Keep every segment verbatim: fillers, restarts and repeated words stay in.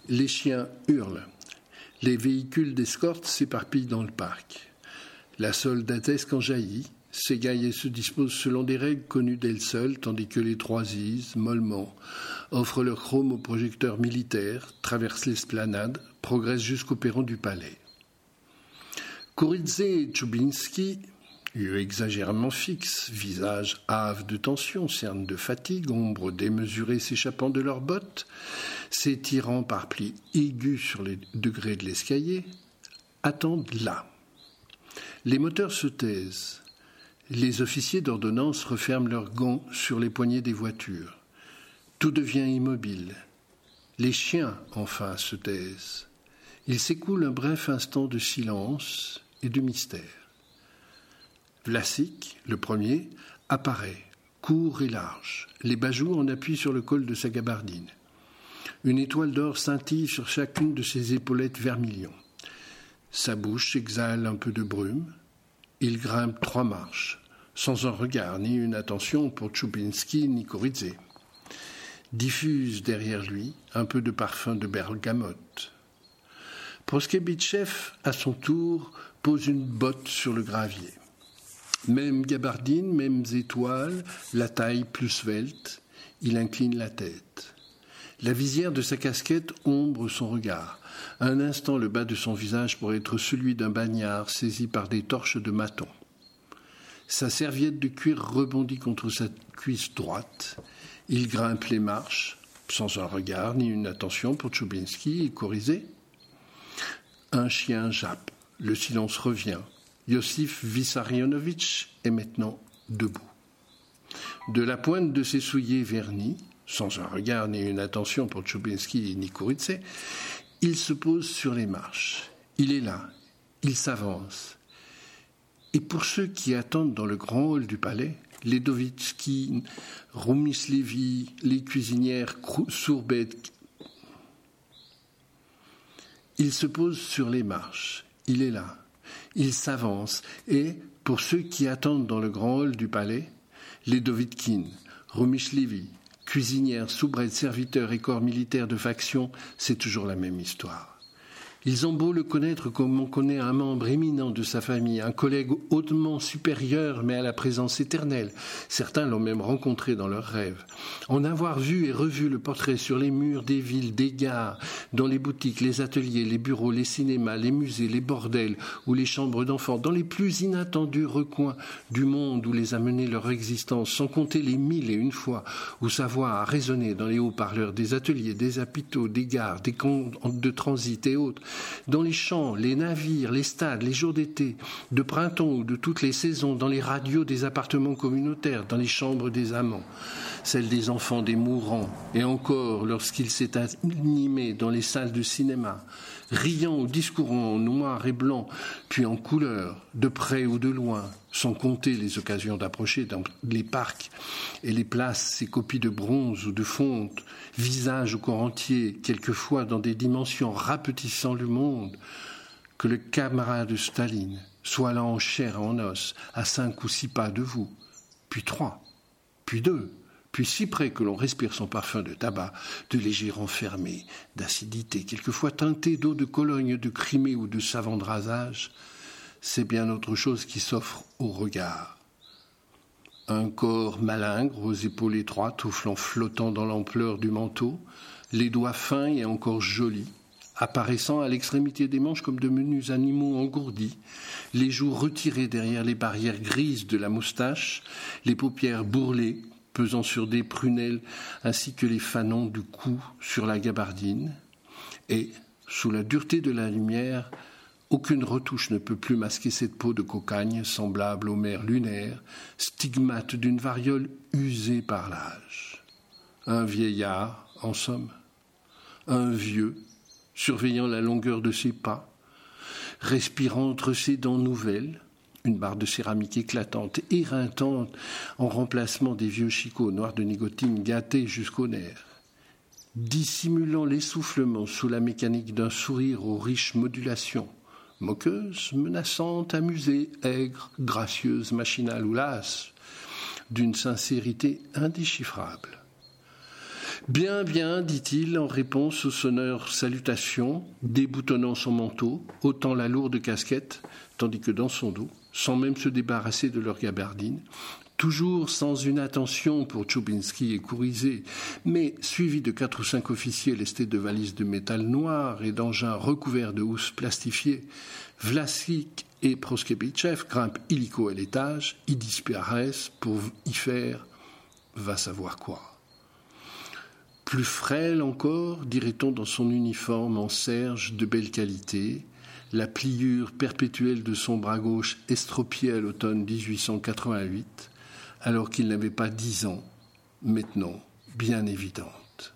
Les chiens hurlent. Les véhicules d'escorte s'éparpillent dans le parc. La soldatesque en jaillit, s'égaille et se dispose selon des règles connues d'elle seule, tandis que les trois Is, mollement, offrent leur chrome aux projecteurs militaires, traversent l'esplanade, progressent jusqu'au perron du palais. Koridze et Tchoubinski, yeux exagérément fixes, visage hâve de tension, cernes de fatigue, ombre démesurée s'échappant de leurs bottes, s'étirant par plis aigus sur les degrés de l'escalier, attendent là. Les moteurs se taisent. Les officiers d'ordonnance referment leurs gants sur les poignées des voitures. Tout devient immobile. Les chiens, enfin, se taisent. Il s'écoule un bref instant de silence et de mystère. Vlasic, le premier, apparaît, court et large, les bajoux en appui sur le col de sa gabardine. Une étoile d'or scintille sur chacune de ses épaulettes vermillon. Sa bouche exhale un peu de brume. Il grimpe trois marches, sans un regard ni une attention pour Tchoubinski ni Koridze. Diffuse derrière lui un peu de parfum de bergamote. Proskebitchev, à son tour, pose une botte sur le gravier. Même gabardine, mêmes étoiles, la taille plus svelte, il incline la tête. La visière de sa casquette ombre son regard. Un instant, le bas de son visage pourrait être celui d'un bagnard saisi par des torches de maton. Sa serviette de cuir rebondit contre sa cuisse droite. Il grimpe les marches, sans un regard ni une attention pour Tchoubinski et Koridze. Un chien jappe. Le silence revient. Iosif Vissarionovitch est maintenant debout. De la pointe de ses souliers vernis, sans un regard ni une attention pour Tchoubinski ni Koridze, il se pose sur les marches. Il est là. Il s'avance. Et pour ceux qui attendent dans le grand hall du palais, les Dovitchki, Roumislevi, les cuisinières Sourbet, il se pose sur les marches. Il est là. Il s'avance. Et pour ceux qui attendent dans le grand hall du palais, les Dovitkin, Roumislevi, cuisinières, soubrettes, serviteurs et corps militaires de faction, c'est toujours la même histoire. Ils ont beau le connaître comme on connaît un membre éminent de sa famille, un collègue hautement supérieur mais à la présence éternelle. Certains l'ont même rencontré dans leurs rêves. En avoir vu et revu le portrait sur les murs des villes, des gares, dans les boutiques, les ateliers, les bureaux, les cinémas, les musées, les bordels ou les chambres d'enfants, dans les plus inattendus recoins du monde où les a menés leur existence, sans compter les mille et une fois où sa voix a résonné dans les haut-parleurs des ateliers, des hôpitaux, des gares, des camps de transit et autres, dans les champs, les navires, les stades, les jours d'été, de printemps ou de toutes les saisons, dans les radios des appartements communautaires, dans les chambres des amants, celles des enfants des mourants, et encore lorsqu'il s'est animé dans les salles de cinéma, riant ou discourant en noir et blanc, puis en couleur, de près ou de loin, sans compter les occasions d'approcher dans les parcs et les places, ces copies de bronze ou de fonte, visage au corps entier, quelquefois dans des dimensions rapetissant le monde, que le camarade Staline soit là en chair et en os, à cinq ou six pas de vous, puis trois, puis deux, puis si près que l'on respire son parfum de tabac, de léger renfermé, d'acidité, quelquefois teinté d'eau de Cologne, de Crimée ou de savon de rasage, c'est bien autre chose qui s'offre au regard. Un corps malingre, aux épaules étroites, au flanc flottant dans l'ampleur du manteau, les doigts fins et encore jolis, apparaissant à l'extrémité des manches comme de menus animaux engourdis, les joues retirées derrière les barrières grises de la moustache, les paupières bourrelées, pesant sur des prunelles, ainsi que les fanons du cou sur la gabardine, et, sous la dureté de la lumière, aucune retouche ne peut plus masquer cette peau de cocagne semblable aux mers lunaires, stigmate d'une variole usée par l'âge. Un vieillard, en somme, un vieux, surveillant la longueur de ses pas, respirant entre ses dents nouvelles, une barre de céramique éclatante, éreintante, en remplacement des vieux chicots noirs de nicotine gâtés jusqu'aux nerfs, dissimulant l'essoufflement sous la mécanique d'un sourire aux riches modulations, moqueuse, menaçante, amusée, aigre, gracieuse, machinale ou lasse, d'une sincérité indéchiffrable. « Bien, bien, dit-il en réponse aux sonores salutations, déboutonnant son manteau, ôtant la lourde casquette, tandis que dans son dos, sans même se débarrasser de leur gabardine, toujours sans une attention pour Tchoupinski et Kourizé, mais suivi de quatre ou cinq officiers lestés de valises de métal noir et d'engins recouverts de housses plastifiées, Vlasic et Proskevitchev grimpent illico à l'étage, y disparaissent pour y faire va savoir quoi. Plus frêle encore, dirait-on dans son uniforme en serge de belle qualité, la pliure perpétuelle de son bras gauche estropiée à l'automne dix-huit cent quatre-vingt-huit, alors qu'il n'avait pas dix ans, maintenant bien évidente.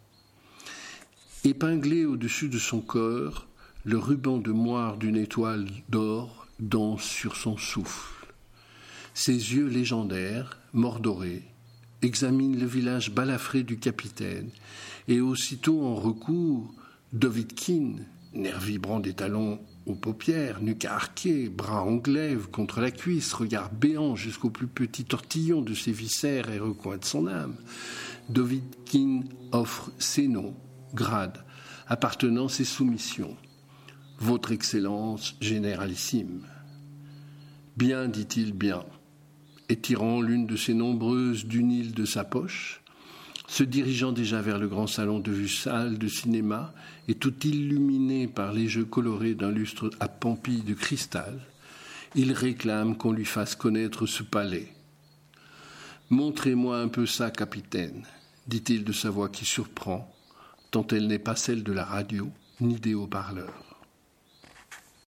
Épinglé au-dessus de son corps, le ruban de moire d'une étoile d'or danse sur son souffle. Ses yeux légendaires, mordorés, examinent le village balafré du capitaine, et aussitôt en recours, Dovidkin, nerf vibrant des talons aux paupières, nuque arquée, bras en glaive contre la cuisse, regard béant jusqu'au plus petit tortillon de ses viscères et recoins de son âme, Dovidkin offre ses noms, grades, appartenances et soumissions. Votre Excellence généralissime. Bien, dit-il, bien. Et tirant l'une de ses nombreuses dunilles de sa poche, se dirigeant déjà vers le grand salon de vue salle de cinéma et tout illuminé par les jeux colorés d'un lustre à pampilles de cristal, il réclame qu'on lui fasse connaître ce palais. « Montrez-moi un peu ça, capitaine, » dit-il de sa voix qui surprend, tant elle n'est pas celle de la radio ni des haut-parleurs.